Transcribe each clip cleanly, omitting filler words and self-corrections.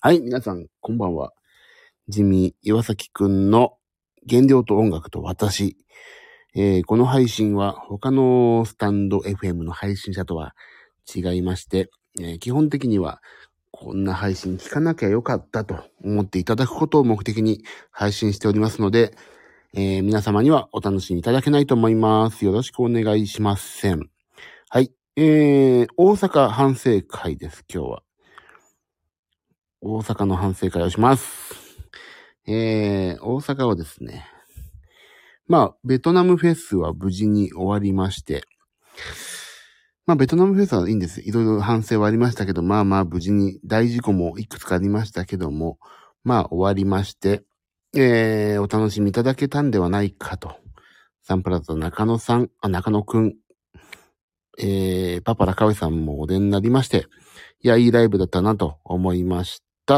はい、皆さん、こんばんは。ジミー岩崎くんの原料と音楽と私。この配信は他のスタンド FM の配信者とは違いまして、基本的にはこんな配信聞かなきゃよかったと思っていただくことを目的に配信しておりますので、皆様にはお楽しみいただけないと思います。よろしくお願いします。はい。大阪反省会です、今日は。大阪の反省会をします。大阪はですね、ベトナムフェスは無事に終わりまして、ベトナムフェスはいいんです。いろいろ反省はありましたけど、無事に大事故もいくつかありましたけども、終わりまして、お楽しみいただけたんではないかと。サンプラザ中野くん、パパラカウェさんもお出になりまして、いや、いいライブだったなと思いました。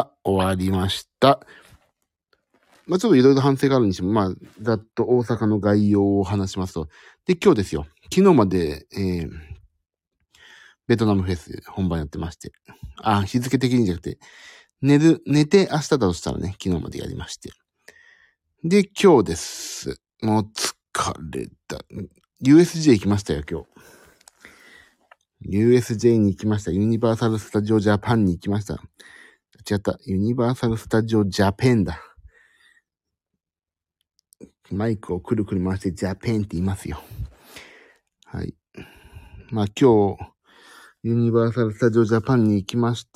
終わりました。ちょっといろいろ反省があるにしても、ざっと大阪の概要を話しますと。で、今日ですよ。昨日まで、ベトナムフェス本番やってまして。日付的にじゃなくて、寝て明日だとしたらね、昨日までやりまして。で、今日です。もう疲れた。USJ 行きましたよ、今日。USJ に行きました。ユニバーサル・スタジオ・ジャパンに行きました。違った。ユニバーサル・スタジオ・ジャペンだ。マイクをくるくる回してジャペンって言いますよ。はい。今日、ユニバーサル・スタジオ・ジャパンに行きまして、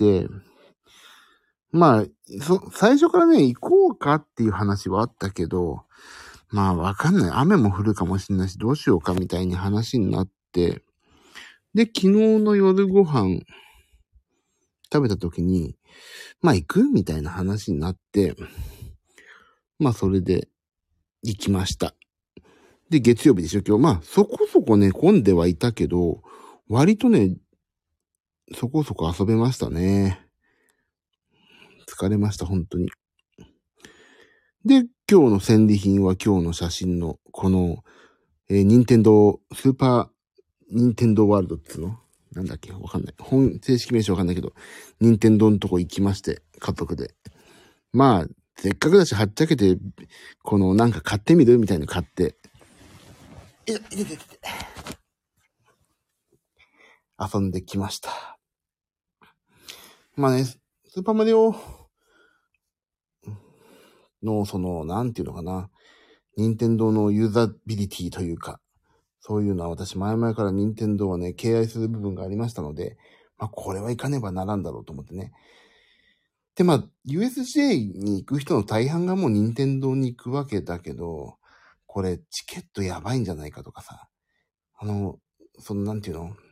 最初からね、行こうかっていう話はあったけど、わかんない。雨も降るかもしれないし、どうしようかみたいに話になって、で、昨日の夜ご飯食べた時に、行くみたいな話になって、それで行きました。で、月曜日でしょ、今日。そこそこね、混んではいたけど、割とね、そこそこ遊べましたね。疲れました、本当に。で、今日の戦利品は今日の写真の、この、任天堂、スーパー、任天堂ワールドっていうのなんだっけわかんない。正式名称わかんないけど、任天堂のとこ行きまして、家族で。せっかくだし、はっちゃけて、この、なんか買ってみるみたいなの買って。遊んできました。スーパーマリオの、なんていうのかな。任天堂のユーザビリティというか、そういうのは私前々から任天堂はね、敬愛する部分がありましたので、これはいかねばならんだろうと思ってね。で、USJ に行く人の大半がもう任天堂に行くわけだけど、これチケットやばいんじゃないかとかさ、なんていうの？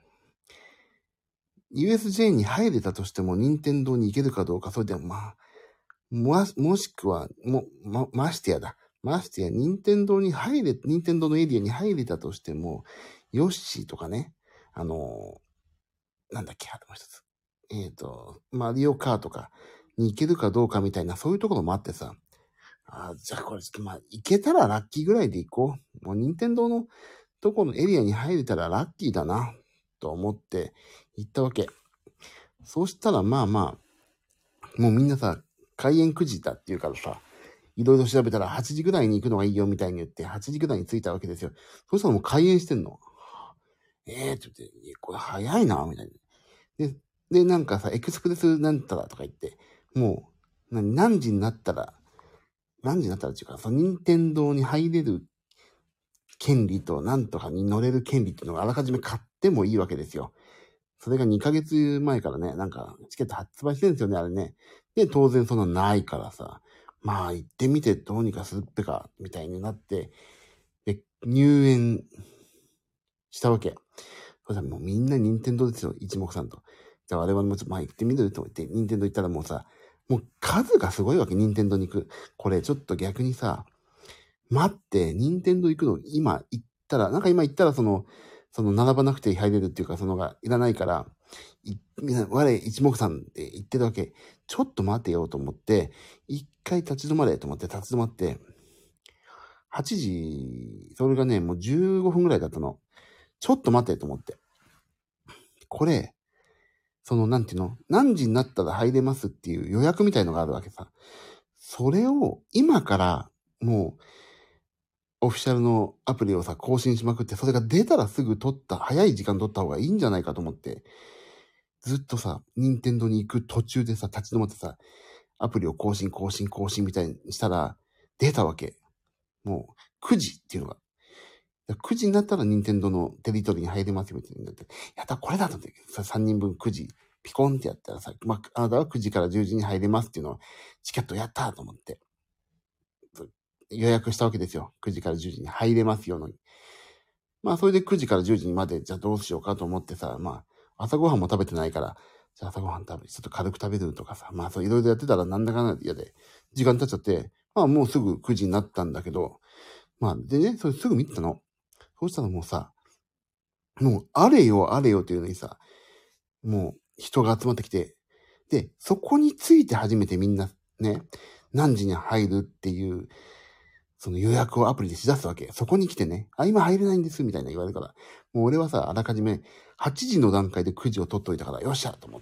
USJ に入れたとしても任天堂に行けるかどうか、それでももしくは、ましてやだ。ましてや、任天堂のエリアに入れたとしても、ヨッシーとかね、なんだっけ、あともう一つ。マリオカーとかに行けるかどうかみたいな、そういうところもあってさ、じゃあこれちょっと行けたらラッキーぐらいで行こう。もう任天堂のとこのエリアに入れたらラッキーだな、と思って行ったわけ。そうしたらもうみんなさ、開園9時だって言うからさ、いろいろ調べたら8時ぐらいに行くのがいいよみたいに言って、8時ぐらいに着いたわけですよ。そしたらもう開園してんの。って言って、これ早いな、みたいな。で、なんかさ、エクスプレスなんたらとか言って、もう、何時になったらっていうか、その任天堂に入れる権利となんとかに乗れる権利っていうのがあらかじめ買ってもいいわけですよ。それが2ヶ月前からね、なんかチケット発売してるんですよね、あれね。で、当然そんなのないからさ、行ってみてどうにかするってか、みたいになって、で、入園したわけ。そしたらもうみんな任天堂ですよ、一目散と。じゃあ我々もちょっと行ってみると思って、任天堂行ったらもうさ、もう数がすごいわけ、任天堂に行く。これちょっと逆にさ、待って、任天堂行くの今行ったら、その並ばなくて入れるっていうか、そのがいらないから、我一目散で言ってるわけ。ちょっと待てよと思って、一回立ち止まれと思って立ち止まって、8時、それがね、もう15分ぐらいだったの。ちょっと待てと思って。これ、 なんていうの、何時になったら入れますっていう予約みたいのがあるわけさ。それを今からもうオフィシャルのアプリをさ、更新しまくって、それが出たらすぐ早い時間取った方がいいんじゃないかと思って、ずっとさ、任天堂に行く途中でさ、立ち止まってさ、アプリを更新みたいにしたら、出たわけ。もう、9時っていうのが。9時になったら任天堂のテリトリーに入れますよみたいになって、やったこれだと思って、3人分9時、ピコンってやったらさ、あなたは9時から10時に入れますっていうのを、チケットやったと思って、予約したわけですよ。9時から10時に入れますよのに。それで9時から10時まで、じゃあどうしようかと思ってさ、朝ごはんも食べてないから、じゃあ朝ごはんちょっと軽く食べるとかさ、そういろいろやってたらなんだかんだ嫌で、時間経っちゃって、もうすぐ9時になったんだけど、でね、それすぐ見てたの。そうしたらもうさ、もうあれよっていうのにさ、もう人が集まってきて、で、そこについて初めてみんなね、何時に入るっていう、その予約をアプリでしだすわけ。そこに来てね、今入れないんです、みたいな言われるから。もう俺はさ、あらかじめ8時の段階で9時を取っといたから、よっしゃと思って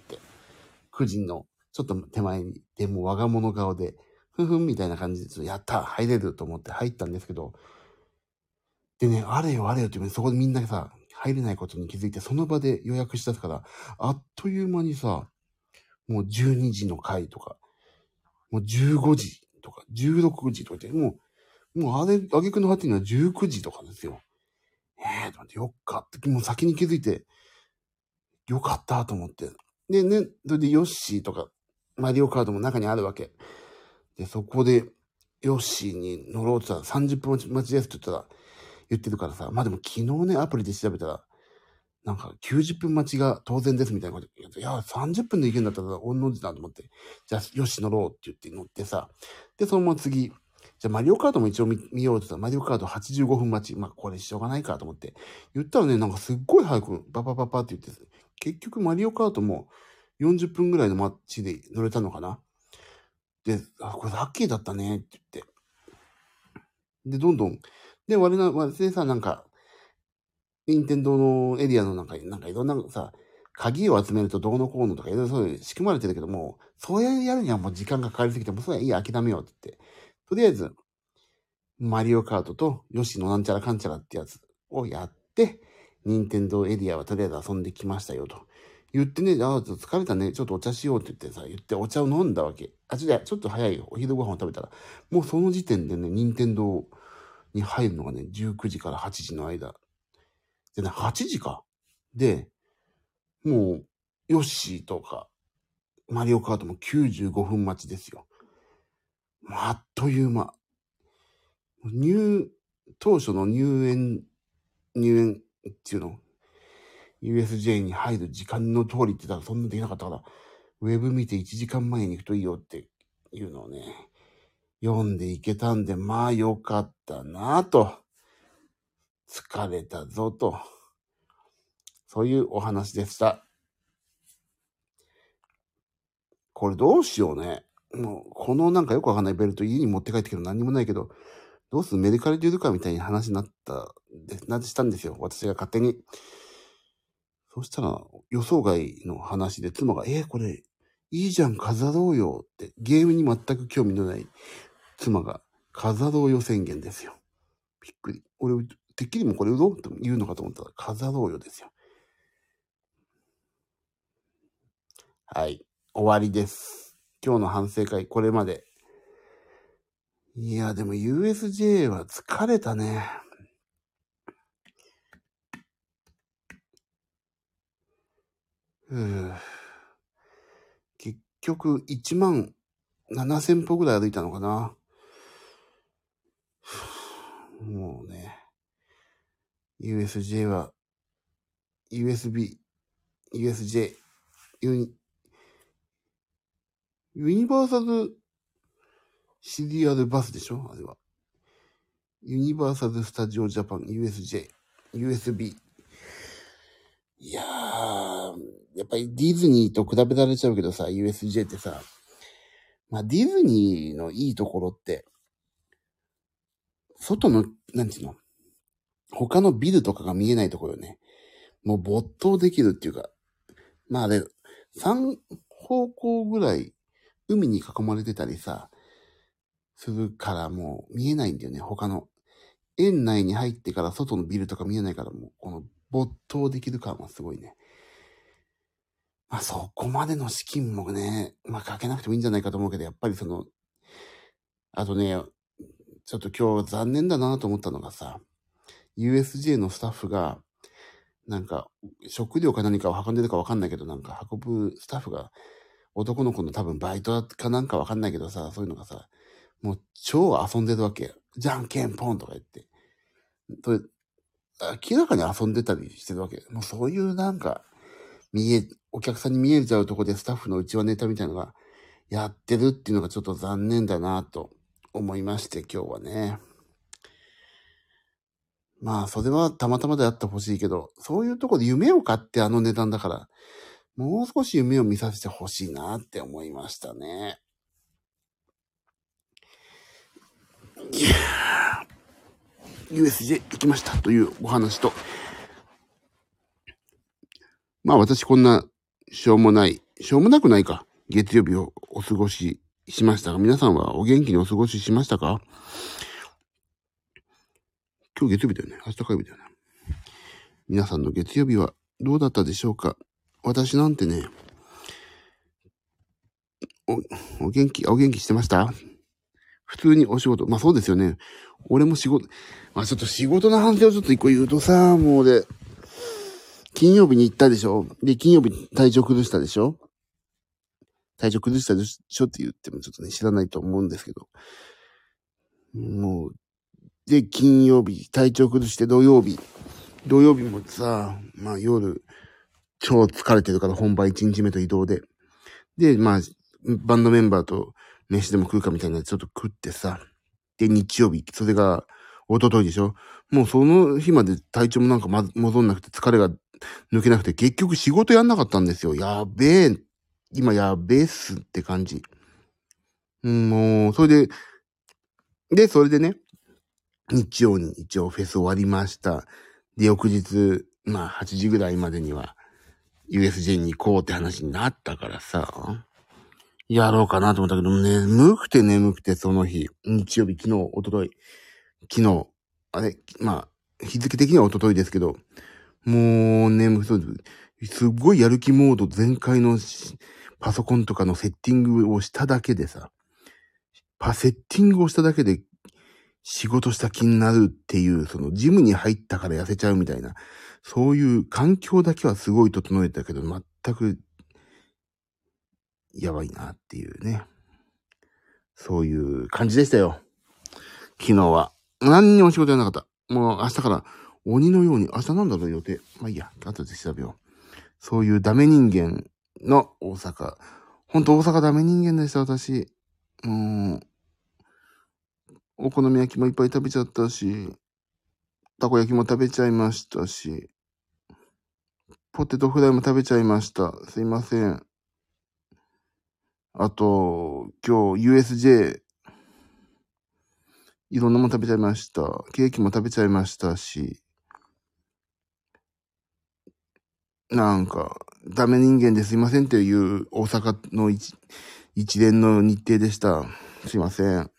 。9時のちょっと手前に、でも我が物顔で、ふんふんみたいな感じで、やった入れると思って入ったんですけど、でね、あれよってそこでみんながさ、入れないことに気づいて、その場で予約したから、あっという間にさ、もう12時の回とか、もう15時とか、16時とかで、もうあげくの果てには19時とかですよ。と思って、よっかって、もう先に気づいて、よかったと思って。でね、それでヨッシーとか、マリオカードも中にあるわけ。で、そこで、ヨッシーに乗ろうとしたら30分待ちですって言ってるからさ、でも昨日ね、アプリで調べたら、なんか90分待ちが当然ですみたいなこと言って、いや、30分で行けるんだったら、御の字だと思って、じゃあ、よし乗ろうって言って乗ってさ、で、そのまま次、じゃあマリオカードも一応見ようって言ったら、マリオカード85分待ち。これしょうがないかと思って。言ったらね、なんかすっごい早く、パパパパって言って、結局マリオカードも40分ぐらいの待ちで乗れたのかな。で、これラッキーだったねって言って。で、どんどん。で、我でさ、なんか、任天堂のエリアのなんかいろんなさ、鍵を集めるとどうのこうのとかいろいろそういう仕組まれてるけども、そうやるにはもう時間がかかりすぎて、もうそれはいい諦めようって言って。とりあえず、マリオカートとヨシのなんちゃらかんちゃらってやつをやって、任天堂エリアはとりあえず遊んできましたよと。言ってね、疲れたね、ちょっとお茶しようって言ってさ、言ってお茶を飲んだわけ。ちょっと早いよ。お昼ご飯を食べたら、もうその時点でね、任天堂に入るのがね、19時から8時の間。でね、8時か。で、もう、ヨッシーとか、マリオカートも95分待ちですよ。あっという間。当初の入園っていうの、USJ に入る時間の通りって言ったらそんなできなかったから、ウェブ見て1時間前に行くといいよっていうのをね、読んでいけたんで、よかったなぁと。疲れたぞと。そういうお話でした。これどうしようね。もう、このなんかよくわかんないベルト家に持って帰ってきても何にもないけど、どうするメルカリで売るかみたいな話にしたんですよ。私が勝手に。そしたら、予想外の話で妻が、これ、いいじゃん、飾ろうよって、ゲームに全く興味のない妻が、飾ろうよ宣言ですよ。びっくり。俺、てっきりもこれ売ろうと言うのかと思ったら、飾ろうよですよ。はい。終わりです。今日の反省会、これまで。いや、でも USJ は疲れたね。結局、17,000歩ぐらい歩いたのかな。もうね。USJ は、USJ、ユニバーサルシリアルバスでしょあれは。ユニバーサルスタジオジャパン、USJ、USB。いやー、やっぱりディズニーと比べられちゃうけどさ、USJ ってさ、ディズニーのいいところって、外の、なんていうの、他のビルとかが見えないところよね。もう没頭できるっていうか、あれ、 3方向ぐらい海に囲まれてたりさ、するからもう見えないんだよね、他の。園内に入ってから外のビルとか見えないからもう、この没頭できる感はすごいね。まあそこまでの資金もね、まあかけなくてもいいんじゃないかと思うけど、やっぱりあとね、ちょっと今日残念だなと思ったのがさ、USJ のスタッフが、なんか、食料か何かを運んでるかわかんないけど、なんか運ぶスタッフが、男の子の多分バイトかなんかわかんないけどさ、そういうのがさ、もう超遊んでるわけ。じゃんけんポンとか言って。それ、明らかに遊んでたりしてるわけ。もうそういうなんか、お客さんに見えちゃうとこでスタッフの内輪ネタみたいなのがやってるっていうのがちょっと残念だなと思いまして、今日はね。まあ、それはたまたまであってほしいけど、そういうとこで夢を買ってあの値段だから、もう少し夢を見させてほしいなって思いましたね。いやー、USJ 行きましたというお話と、まあ私こんなしょうもなくないか、月曜日をお過ごししましたが、皆さんはお元気にお過ごししましたか？今日月曜日だよね。明日火曜日だよね。皆さんの月曜日はどうだったでしょうか？私なんてね、お元気してました？普通にお仕事。まあそうですよね。俺も仕事、まあちょっと仕事の反省をちょっと一個言うとさ、もう俺、金曜日に行ったでしょ？で、金曜日体調崩したでしょ？体調崩したでしょって言ってもちょっとね、知らないと思うんですけど。もう、で、金曜日体調崩して土曜日もさ、まあ夜、超疲れてるから本番1日目と移動で。で、まあ、バンドメンバーと飯でも食うかみたいなちょっと食ってさ。で、日曜日、それが一昨日でしょ？もうその日まで体調もなんか戻んなくて疲れが抜けなくて結局仕事やんなかったんですよ。今やべえっすって感じ。もう、それでね、日曜に一応フェス終わりました。で、翌日、まあ8時ぐらいまでには USJ に行こうって話になったからさ、やろうかなと思ったけど、眠くてその日、日曜日、昨日、まあ、日付的には一昨日ですけど、もう眠そうです。すっごいやる気モード全開のパソコンとかのセッティングをしただけでさ、セッティングをしただけで仕事した気になるっていう、そのジムに入ったから痩せちゃうみたいな、そういう環境だけはすごい整えたけど、全くやばいなっていうね。そういう感じでしたよ。昨日は。何にも仕事やらなかった。もう明日から鬼のように、明日なんだろう予定。まあいいや、後で調べよう。そういうダメ人間の大阪。ほんと大阪ダメ人間でした、私。お好み焼きもいっぱい食べちゃったし、たこ焼きも食べちゃいましたし、ポテトフライも食べちゃいました。すいません。あと、今日 USJ、いろんなもの食べちゃいました。ケーキも食べちゃいましたし、なんか、ダメ人間ですいませんっていう大阪の一連の日程でした。すいません。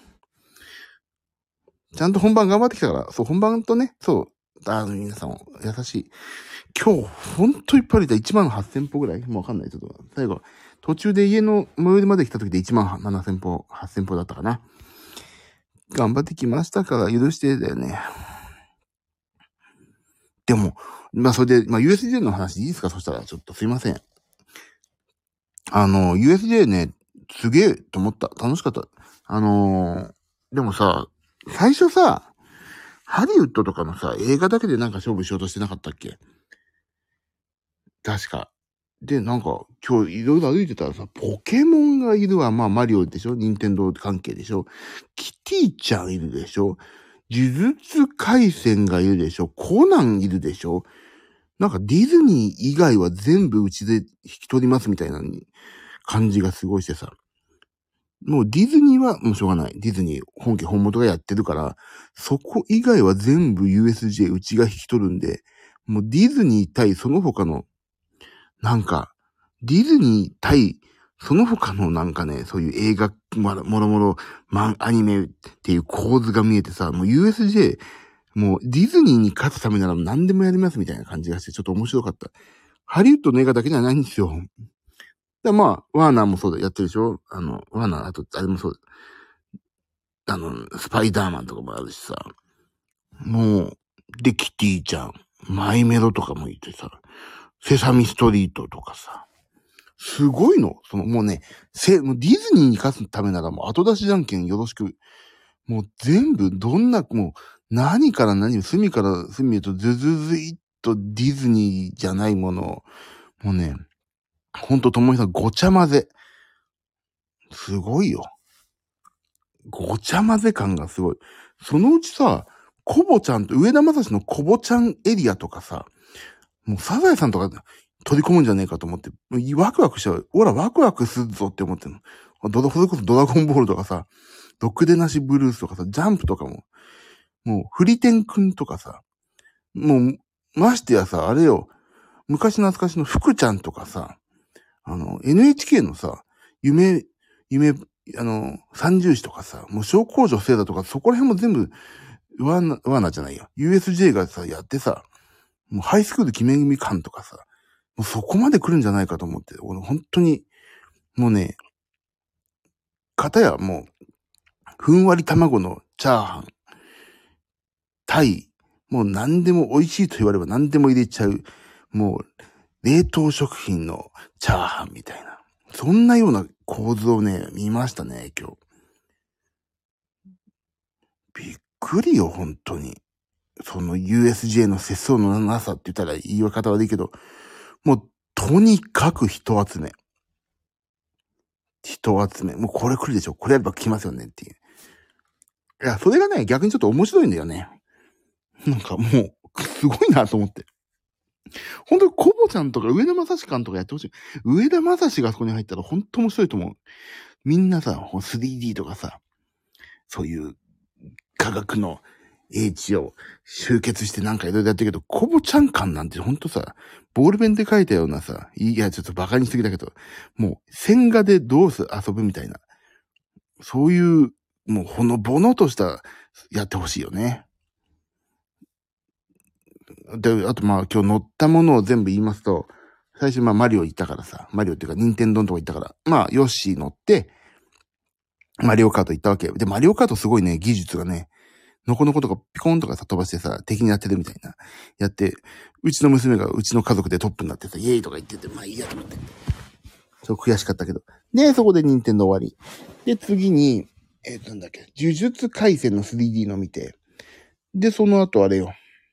ちゃんと本番頑張ってきたから、そう、本番とね、そう、皆さん優しい。今日、ほんといっぱい歩いた。18,000歩ぐらいもうわかんない。ちょっと、最後、途中で家の最寄りまで来た時で17,000歩、8,000歩だったかな。頑張ってきましたから、許してだよね。でも、まあ、それで、まあ、USJ の話いいですか？そしたら、ちょっとすいません。USJ ね、すげえと思った。楽しかった。でもさ、最初さ、ハリウッドとかのさ、映画だけでなんか勝負しようとしてなかったっけ？確か。で、なんか、今日いろいろ歩いてたらさ、ポケモンがいるわ。まあ、マリオでしょ？ニンテンドー関係でしょ？キティちゃんいるでしょ？呪術廻戦がいるでしょ？コナンいるでしょ？なんかディズニー以外は全部うちで引き取りますみたいな感じがすごいしてさ。もうディズニーはもうしょうがない。ディズニー本家本元がやってるから、そこ以外は全部 USJ うちが引き取るんで、もうディズニー対その他の、なんか、 ディズニー対、その他のなんかね、そういう映画、もろもろ、アニメっていう構図が見えてさ、もう USJ、もうディズニーに勝つためなら何でもやりますみたいな感じがして、ちょっと面白かった。ハリウッドの映画だけじゃないんですよ。まあ、ワーナーもそうだ、やってるでしょ？ワーナー、あと、あれもそうだ。スパイダーマンとかもあるしさ。もう、で、キティちゃん、マイメロとかもいてさ、セサミストリートとかさ。すごいの。もうね、もうディズニーに勝つためならもう後出しじゃんけんよろしく。もう全部、もう、何から何、隅から隅へとずずずいっとディズニーじゃないものを、もうね、ほんとともみさんごちゃ混ぜ。すごいよ。ごちゃ混ぜ感がすごい。そのうちさ、コボちゃんと、上田正史のコボちゃんエリアとかさ、もうサザエさんとか取り込むんじゃねえかと思って、ワクワクしちゃう。ほら、ワクワクするぞって思ってんの。それこそドラゴンボールとかさ、ろくでなしブルースとかさ、ジャンプとかも、もう、フリテンくんとかさ、もう、ましてやさ、あれよ、昔懐かしの福ちゃんとかさ、NHK のさ、夢、三重視とかさ、もう小公女聖だとか、そこら辺も全部、ワーナじゃないよ。USJ がさ、やってさ、もうハイスクール決め組感とかさ、もうそこまで来るんじゃないかと思って、俺本当に、もうね、片やもう、ふんわり卵のチャーハン、タイ、もう何でも美味しいと言われば何でも入れちゃう、もう、冷凍食品のチャーハンみたいな。そんなような構図をね、見ましたね、今日。びっくりよ、本当に。その USJ の節操のなさって言ったら言い方悪いけど、もう、とにかく人集め。人集め。もうこれ来るでしょ。これやれば来ますよねっていう。いや、それがね、逆にちょっと面白いんだよね。なんかもう、すごいなと思って。本当にコボちゃんとか上田正史監督やってほしい。上田正史がそこに入ったら本当面白いと思う。みんなさ、3D とかさ、そういう科学の英知を集結してなんかいろいろやってるけど、コボちゃん感なんてほんとさ、ボールペンで書いたようなさ、いや、ちょっとバカにしすぎだけど、もう、線画でどう遊ぶみたいな。そういう、もうほのぼのとしたやってほしいよね。で、あとまあ今日乗ったものを全部言いますと、最初まあマリオ行ったからさ、マリオっていうかニンテンドーのとこ行ったから、まあヨッシー乗って、マリオカート行ったわけ。で、マリオカートすごいね、技術がね、のこのことかピコンとかさ飛ばしてさ、敵に当てるみたいな。やって、うちの娘がうちの家族でトップになってさ、イエーイとか言ってて、まあいいやと思って。そう悔しかったけど。で、そこでニンテンドー終わり。で、次に、なんだっけ、呪術廻戦の 3D の見て、で、その後あれよ。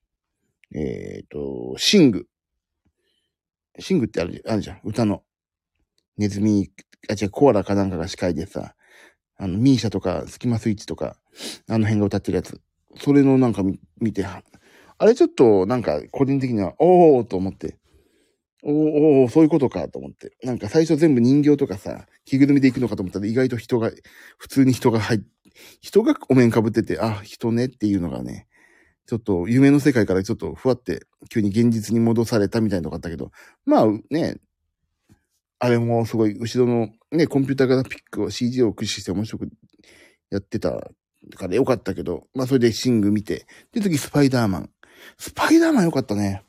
シング。シングってあるじゃん。歌の。ネズミ、違う、コアラかなんかが司会でさ、ミーシャとか、スキマスイッチとか、あの辺が歌ってるやつ。それのなんか見て、あれちょっとなんか個人的には、おーと思って、おー、そういうことかと思って。なんか最初全部人形とかさ、着ぐるみで行くのかと思ったら意外と普通に人がお面被ってて、あ、人ねっていうのがね、ちょっと夢の世界からちょっとふわって急に現実に戻されたみたいなのがあったけど、まあね、あれもすごい後ろのね、コンピューターグラフィックを CG を駆使して面白くやってたからよかったけど、まあそれでシング見て、で次スパイダーマン。スパイダーマンよかったね。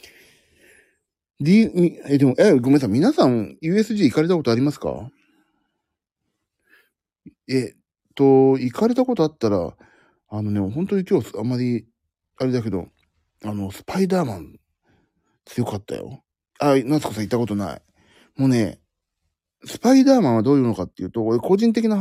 でも、ごめんなさい。皆さん USJ 行かれたことありますか？行かれたことあったら、本当に今日あんまり、あれだけど、スパイダーマン強かったよ。夏子さん行ったことない。もうね、スパイダーマンはどういうのかっていうと、俺個人的な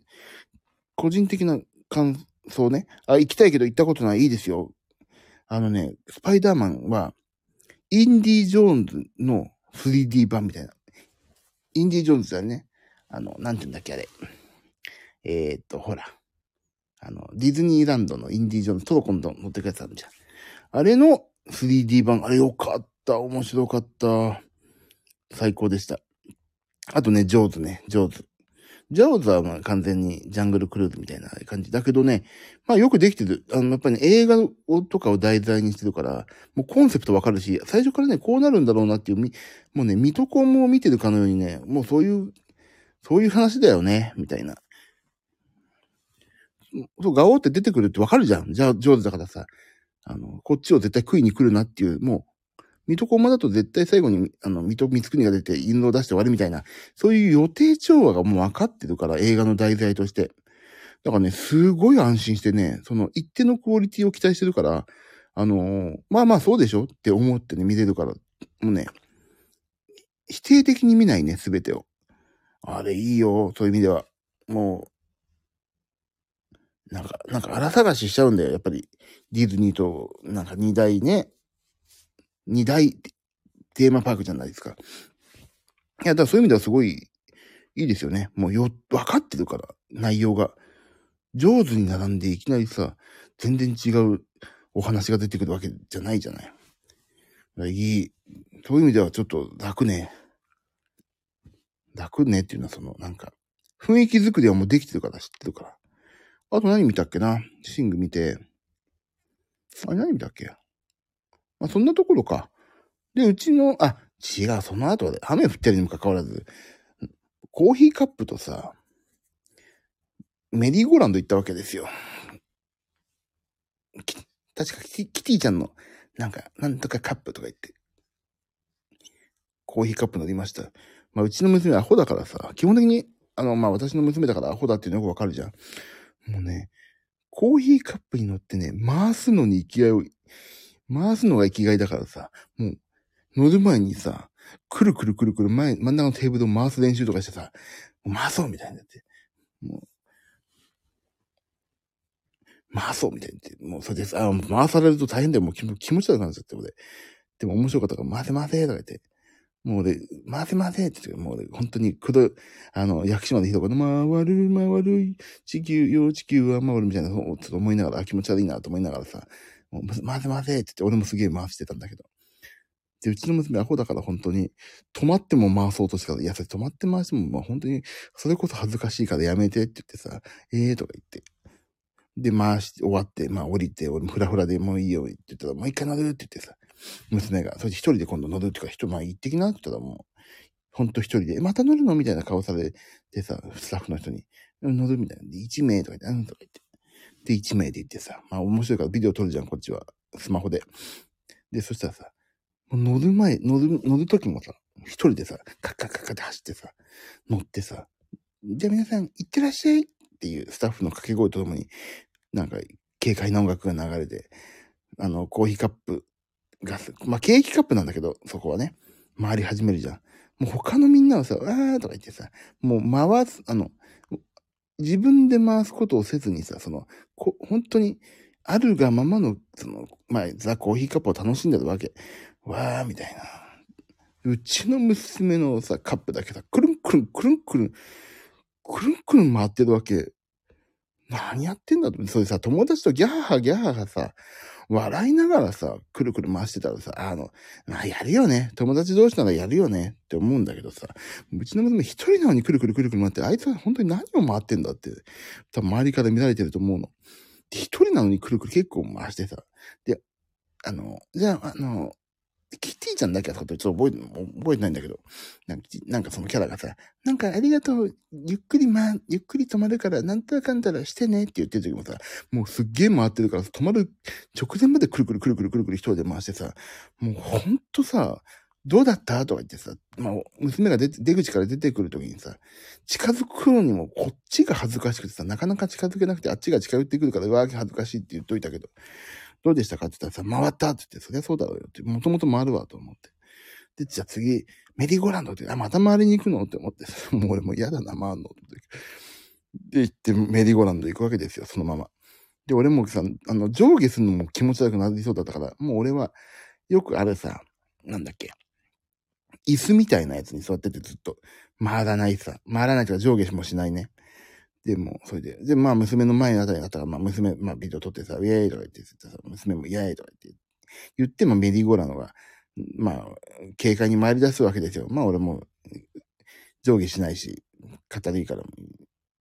感想ね。行きたいけど行ったことない。いいですよ。スパイダーマンは、インディ・ジョーンズの 3D 版みたいな。インディ・ジョーンズだね。なんて言うんだっけ、あれ。ほら。ディズニーランドのインディ・ジョーンズ、トロコンと乗ってくやつあるじゃん。あれの 3D 版、あれよかった。面白かった。最高でした。あとね、ジョーズ。 ジャオズはまあ完全にジャングルクルーズみたいな感じだけどね、まあよくできてる。やっぱり、ね、映画とかを題材にしてるから、もうコンセプトわかるし、最初からね、こうなるんだろうなっていう、もうね、水戸黄門を見てるかのようにね、もうそういう話だよね、みたいな。そう、ガオーって出てくるってわかるじゃん。じゃあ上手だからさ、こっちを絶対食いに来るなっていう、もう、水戸黄門だと絶対最後に、水戸光圀が出て、印籠を出して終わりみたいな、そういう予定調和がもう分かってるから、映画の題材として。だからね、すごい安心してね、その一定のクオリティを期待してるから、まあまあそうでしょって思ってね、見れるから、もうね、否定的に見ないね、すべてを。あれいいよ、そういう意味では。もう、なんか荒探ししちゃうんだよ、やっぱり。ディズニーと、なんか二大テーマパークじゃないですか。いや、だからそういう意味ではすごいいいですよね。もう分かってるから、内容が。上手に並んでいきなりさ、全然違うお話が出てくるわけじゃないじゃない。いい。そういう意味ではちょっと楽ね。楽ねっていうのはなんか、雰囲気作りはもうできてるから知ってるから。あと何見たっけなシング見て。あれ何見たっけまあそんなところか。で、違う、その後で、雨降ってるにもかかわらず、コーヒーカップとさ、メリーゴーランド行ったわけですよ。確かキティちゃんの、なんとかカップとか言って、コーヒーカップ乗りました。まあ、うちの娘はアホだからさ、基本的に、まあ、私の娘だからアホだっていうのよくわかるじゃん。もうね、コーヒーカップに乗ってね、回すのが生きがいだからさ、もう、乗る前にさ、くるくるくるくる真ん中のテーブルを回す練習とかしてさ、回そうみたいになって、もう、回そうみたいになって、もうそれでさ、回されると大変だよ、もう気持ち悪くなっちゃって、俺。でも面白かったから、回せ回せとか言って、もう俺、回せ回せって言って、もう俺、本当に屋久島で一言、回る、地球は回るみたいな、ちょっと思いながら、気持ち悪いなと思いながらさ、もう回せ回せって言って、俺もすげえ回してたんだけど。で、うちの娘アホだから本当に、止まっても回そうとしてから、いや、それ止まって回しても、まあ本当に、それこそ恥ずかしいからやめてって言ってさ、とか言って。で、回して終わって、まあ降りて、俺もフラフラでもういいよって言ったら、もう一回乗るって言ってさ、娘が、それで一人で今度乗るっていうか、まあ行ってきなって言ったらもう、ほんと一人で、また乗るのみたいな顔されてさ、スタッフの人に、乗るみたいな。で、1名とか言って、とか言って。で、1名で行ってさ、まあ面白いからビデオ撮るじゃん、こっちは。スマホで。で、そしたらさ、乗る時もさ、一人でさ、カッカッカッカって走ってさ、乗ってさ、じゃあ皆さん、行ってらっしゃいっていうスタッフの掛け声とともに、なんか、軽快な音楽が流れて、コーヒーカップが、まあ、ケーキカップなんだけど、そこはね、回り始めるじゃん。もう他のみんなはさ、とか言ってさ、もう自分で回すことをせずにさ、本当に、あるがままの、まあ、ザ・コーヒーカップを楽しんでるわけ。わー、みたいな。うちの娘のさ、カップだけさ、くるんくるん、くるんくるん、くるんくるん回ってるわけ。何やってんだと。それさ、友達とギャーハギャーハさ、笑いながらさ、くるくる回してたらさ、まあやるよね。友達同士ならやるよねって思うんだけどさ、うちの娘一人なのにくるくるくるくる回って、あいつは本当に何を回ってんだって、多分周りから見られてると思うの。で一人なのにくるくる結構回してさ、で、じゃあ、キティちゃんだけはちょっと覚えてないんだけど、なんかそのキャラがさ、なんかありがとう、ゆっくり止まるから、なんとかんたらしてねって言ってる時もさ、もうすっげえ回ってるから、止まる直前までくるくるくるくるくるくる一人で回してさ、もうほんとさ、どうだったとか言ってさ、まあ、娘が出口から出てくる時にさ、近づくのにもこっちが恥ずかしくてさ、なかなか近づけなくてあっちが近寄ってくるから、うわー恥ずかしいって言っといたけど、どうでしたかって言ったらさ、回ったって言って、そりゃそうだろうよって、もともと回るわと思って。で、じゃあ次、メリーゴーランドって、また回りに行くのって思って、もう俺もう嫌だな、回んのって。で、行ってメリーゴーランド行くわけですよ、そのまま。で、俺もさ、上下するのも気持ち悪くなりそうだったから、もう俺は、よくあれさ、なんだっけ、椅子みたいなやつに座っててずっと、回らないとか上下もしないね。で、もう、それで、まあ、娘の前あたりだったら、まあ、ビデオ撮ってさ、ウェーイとか言ってさ、娘もイエーイとか言って、まあ、メリーゴーランドが、まあ、軽快に回り出すわけですよ。まあ、俺も、上下しないし、語りいいから、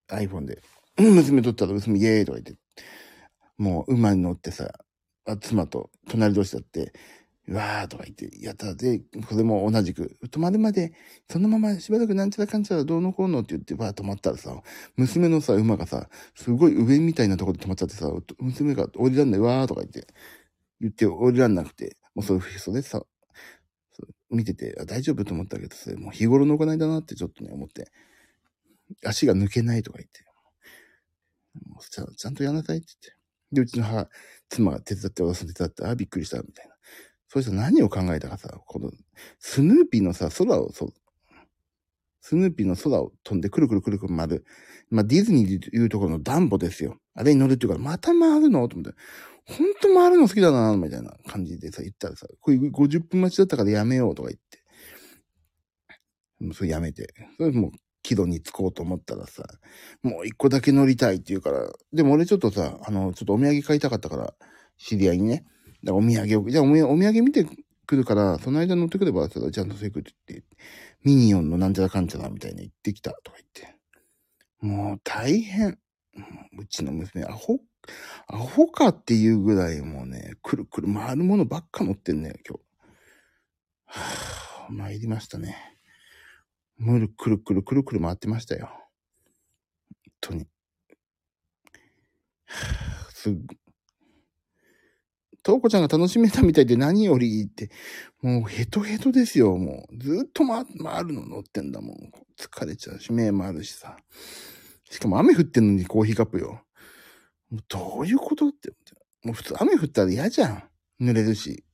iPhone で。娘撮ったら娘イエーイとか言って、もう馬に乗ってさ、妻と隣同士だって、うわーとか言ってやったらで、これも同じく、止まるまで、そのまましばらくなんちゃらかんちゃらどうのこうのって言って、止まったらさ、娘のさ、馬がさ、すごい上みたいなところで止まっちゃってさ、娘が降りらんないわーとか言って降りらんなくて、もうそれさ、見てて、大丈夫と思ったけど、それもう日頃の行いだなってちょっとね、思って、足が抜けないとか言って、もうちゃんとやんなさいって言って。で、うちの妻が手伝って、私手伝って、びっくりした、みたいな。そしたら何を考えたかさ、この、スヌーピーのさ、スヌーピーの空を飛んでくるくるくるくる回る。まあ、ディズニーでいうところのダンボですよ。あれに乗るっていうから、また回るのと思って。ほんと回るの好きだな、みたいな感じでさ、言ったらさ、これ50分待ちだったからやめようとか言って。もうそれやめて。それもう、帰路に着こうと思ったらさ、もう一個だけ乗りたいって言うから、でも俺ちょっとさ、ちょっとお土産買いたかったから、知り合いにね。だからお土産を、じゃあお土産見てくるから、その間乗ってくれば、ちゃんとせくって言って、ミニオンのなんちゃらかんちゃらみたいな言ってきたとか言って。もう大変。うちの娘、アホかっていうぐらいもうね、くるくる回るものばっか乗ってんね、今日。はぁ、参りましたね。くるくるくるくる回ってましたよ。本当に。トウコちゃんが楽しめたみたいで何よりって、もうヘトヘトですよ、もう。ずっと回るの乗ってんだもん。疲れちゃうし、目もあるしさ。しかも雨降ってんのにコーヒーカップよ。もうどういうことって。もう普通雨降ったら嫌じゃん。濡れるし。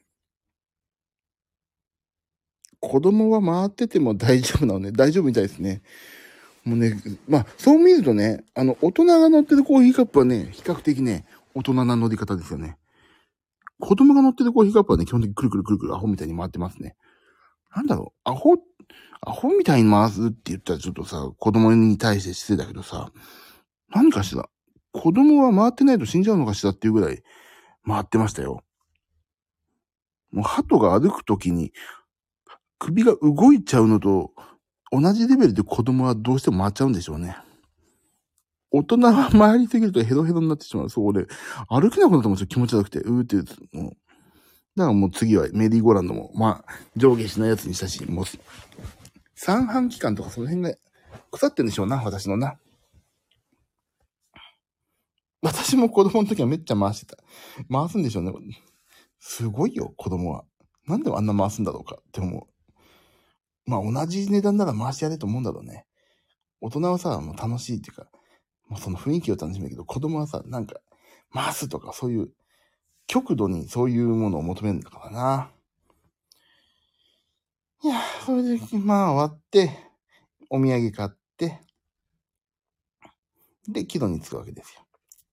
子供は回ってても大丈夫なのね。大丈夫みたいですね。もうね、まあ、そう見るとね、大人が乗ってるコーヒーカップはね、比較的ね、大人な乗り方ですよね。子供が乗ってるコーヒーカップはね、基本的にくるくるくるくるアホみたいに回ってますね。なんだろう、アホみたいに回すって言ったらちょっとさ、子供に対して失礼だけどさ、何かしら、子供は回ってないと死んじゃうのかしらっていうぐらい回ってましたよ。もう鳩が歩くときに首が動いちゃうのと同じレベルで子供はどうしても回っちゃうんでしょうね。大人は回りすぎるとヘロヘロになってしまう。そう、俺、歩けなくなったもん、気持ち悪くて、うーってもう。だからもう次はメリーゴーランドも、まあ、上下しないやつにしたし、もう、三半期間とかその辺が腐ってんでしょうな、私のな。私も子供の時はめっちゃ回してた。回すんでしょうね。すごいよ、子供は。なんであんな回すんだろうかって思う。まあ同じ値段なら回してやれと思うんだろうね。大人はさ、もう楽しいっていうか、もうその雰囲気を楽しむけど、子供はさ、なんか、回すとかそういう、極度にそういうものを求めるんだからな。いや、それで、まあ終わって、お土産買って、で、帰路に着くわけですよ。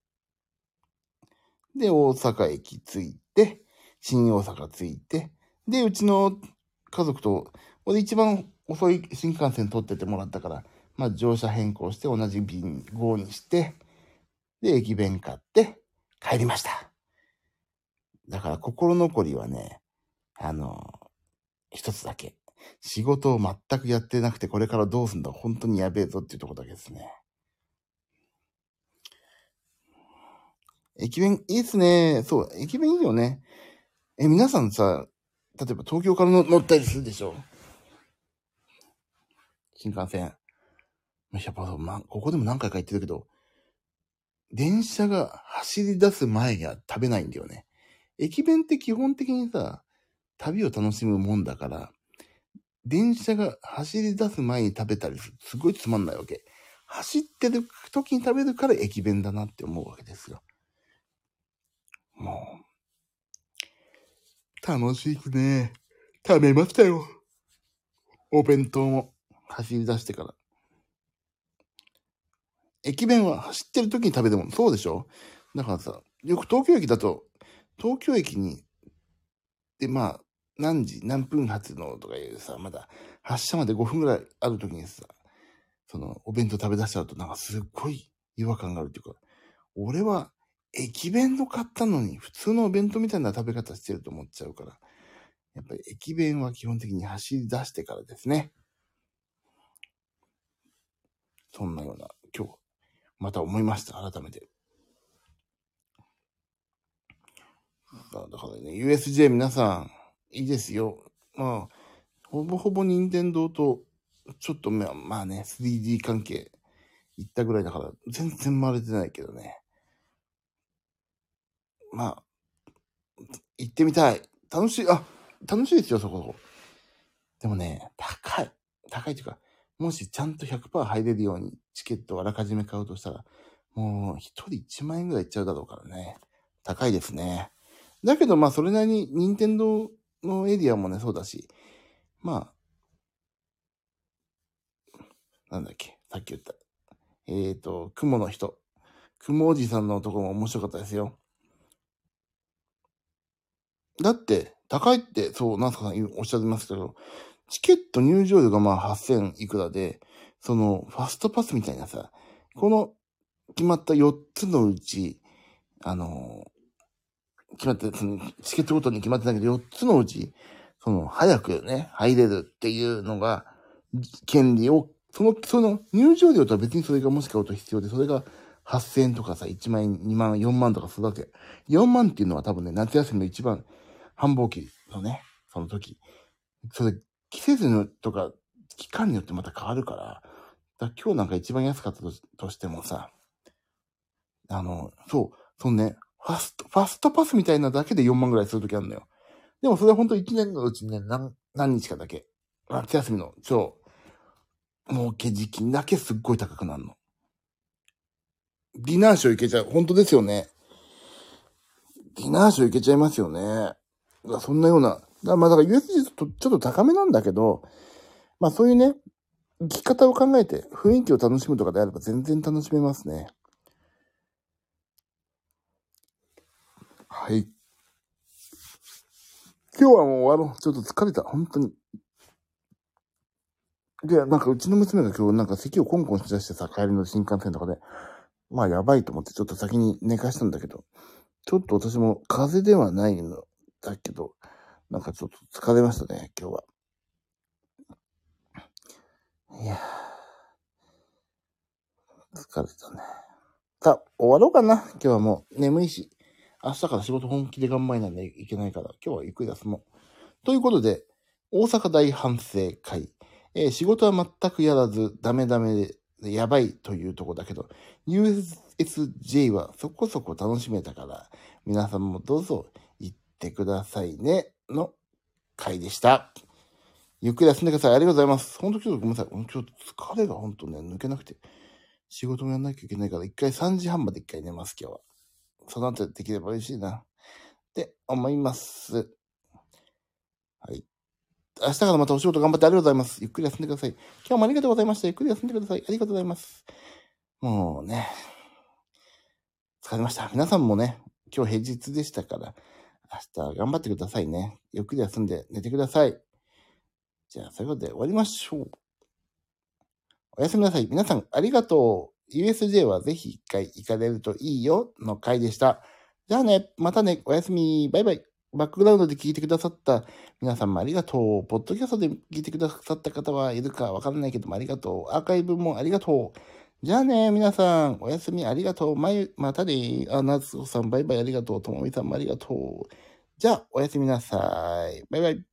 で、大阪駅着いて、新大阪着いて、で、うちの家族と、俺一番遅い新幹線取っててもらったから、まあ乗車変更して同じ便号にして、で、駅弁買って帰りました。だから心残りはね、一つだけ。仕事を全くやってなくてこれからどうすんだ本当にやべえぞっていうところだけですね。駅弁いいっすね。そう、駅弁いいよね。皆さんさ、例えば東京から乗ったりするでしょ？新幹線。やっぱ、ここでも何回か言ってるけど、電車が走り出す前には食べないんだよね。駅弁って基本的にさ、旅を楽しむもんだから、電車が走り出す前に食べたりすごいつまんないわけ。走ってる時に食べるから駅弁だなって思うわけですよ。もう、楽しくね、食べましたよ。お弁当も走り出してから。駅弁は走ってる時に食べるもん。そうでしょ？だからさ、よく東京駅だと、東京駅に、で、まあ、何分発のとかいうさ、まだ発車まで5分ぐらいある時にさ、お弁当食べ出しちゃうとなんかすっごい違和感があるっていうか、俺は駅弁の買ったのに普通のお弁当みたいな食べ方してると思っちゃうから、やっぱり駅弁は基本的に走り出してからですね。そんなような今日、また思いました。改めて。だからね、USJ 皆さん、いいですよ。まあ、ほぼほぼ任天堂と、ちょっとまあね、3D 関係行ったぐらいだから、全然回れてないけどね。まあ、行ってみたい。楽しいですよ、そこ。でもね、高いっていうか、もしちゃんと 100% 入れるようにチケットをあらかじめ買うとしたら、もう一人1万円ぐらいいっちゃうだろうからね。高いですね。だけどまあそれなりに任天堂のエリアもね、そうだし、まあ、なんだっけ、さっき言った。雲の人。雲おじさんのとこも面白かったですよ。だって、高いって、そう、なんすかさんおっしゃいますけど、チケット入場料がまあ8000いくらで、その、ファストパスみたいなさ、この決まった4つのうち、決まって、その、チケットごとに決まってないけど、4つのうち、その、早くね、入れるっていうのが、権利を、その、入場料とは別にそれがもし買うと必要で、それが8000円とかさ、1万円、2万、4万とかするわけ。4万っていうのは多分ね、夏休みの一番繁忙期のね、その時。それ、季節のとか、期間によってまた変わるから、今日なんか一番安かったとしてもさ、そのね、ファストパスみたいなだけで4万ぐらいするときあるんだよ。でもそれはほんと1年のうちね、何日かだけ。夏休みの超、儲け時期だけすっごい高くなるの。ディナーショー行けちゃう。本当ですよね。ディナーショー行けちゃいますよね。そんなような。だから USJ とちょっと高めなんだけど、まあそういうね、生き方を考えて雰囲気を楽しむとかであれば全然楽しめますね。はい。今日はもう終わろう。ちょっと疲れた。本当に。で、なんかうちの娘が今日なんか咳をコンコンしだしてさ、帰りの新幹線とかで、まあやばいと思ってちょっと先に寝かしたんだけど、ちょっと私も風邪ではないのだけど、なんかちょっと疲れましたね、今日は。いやー、疲れたね。さあ、終わろうかな。今日はもう眠いし、明日から仕事本気で頑張らないといけないから、今日はゆっくり休もう。ということで、大阪大反省会。仕事は全くやらず、ダメでやばいというとこだけど、USJ はそこそこ楽しめたから、皆さんもどうぞ行ってくださいね、の回でした。ゆっくり休んでください。ありがとうございます。本当今日ごめんなさい。今日疲れが本当ね、抜けなくて。仕事もやんなきゃいけないから、一回3時半まで一回寝ます、今日は。その後できれば嬉しいな。って思います。はい。明日からまたお仕事頑張ってありがとうございます。ゆっくり休んでください。今日もありがとうございました。ゆっくり休んでください。ありがとうございます。もうね、疲れました。皆さんもね、今日平日でしたから、明日頑張ってくださいね。ゆっくり休んで寝てください。じゃあ、そういうことで終わりましょう。おやすみなさい。皆さんありがとう。USJ はぜひ一回行かれるといいよの回でした。じゃあね、またね、おやすみ。バイバイ。バックグラウンドで聞いてくださった皆さんもありがとう。ポッドキャストで聞いてくださった方はいるかわからないけどもありがとう。アーカイブもありがとう。じゃあね、皆さん、おやすみありがとう。またね。夏子さんバイバイありがとう。ともみさんもありがとう。じゃあ、おやすみなさい。バイバイ。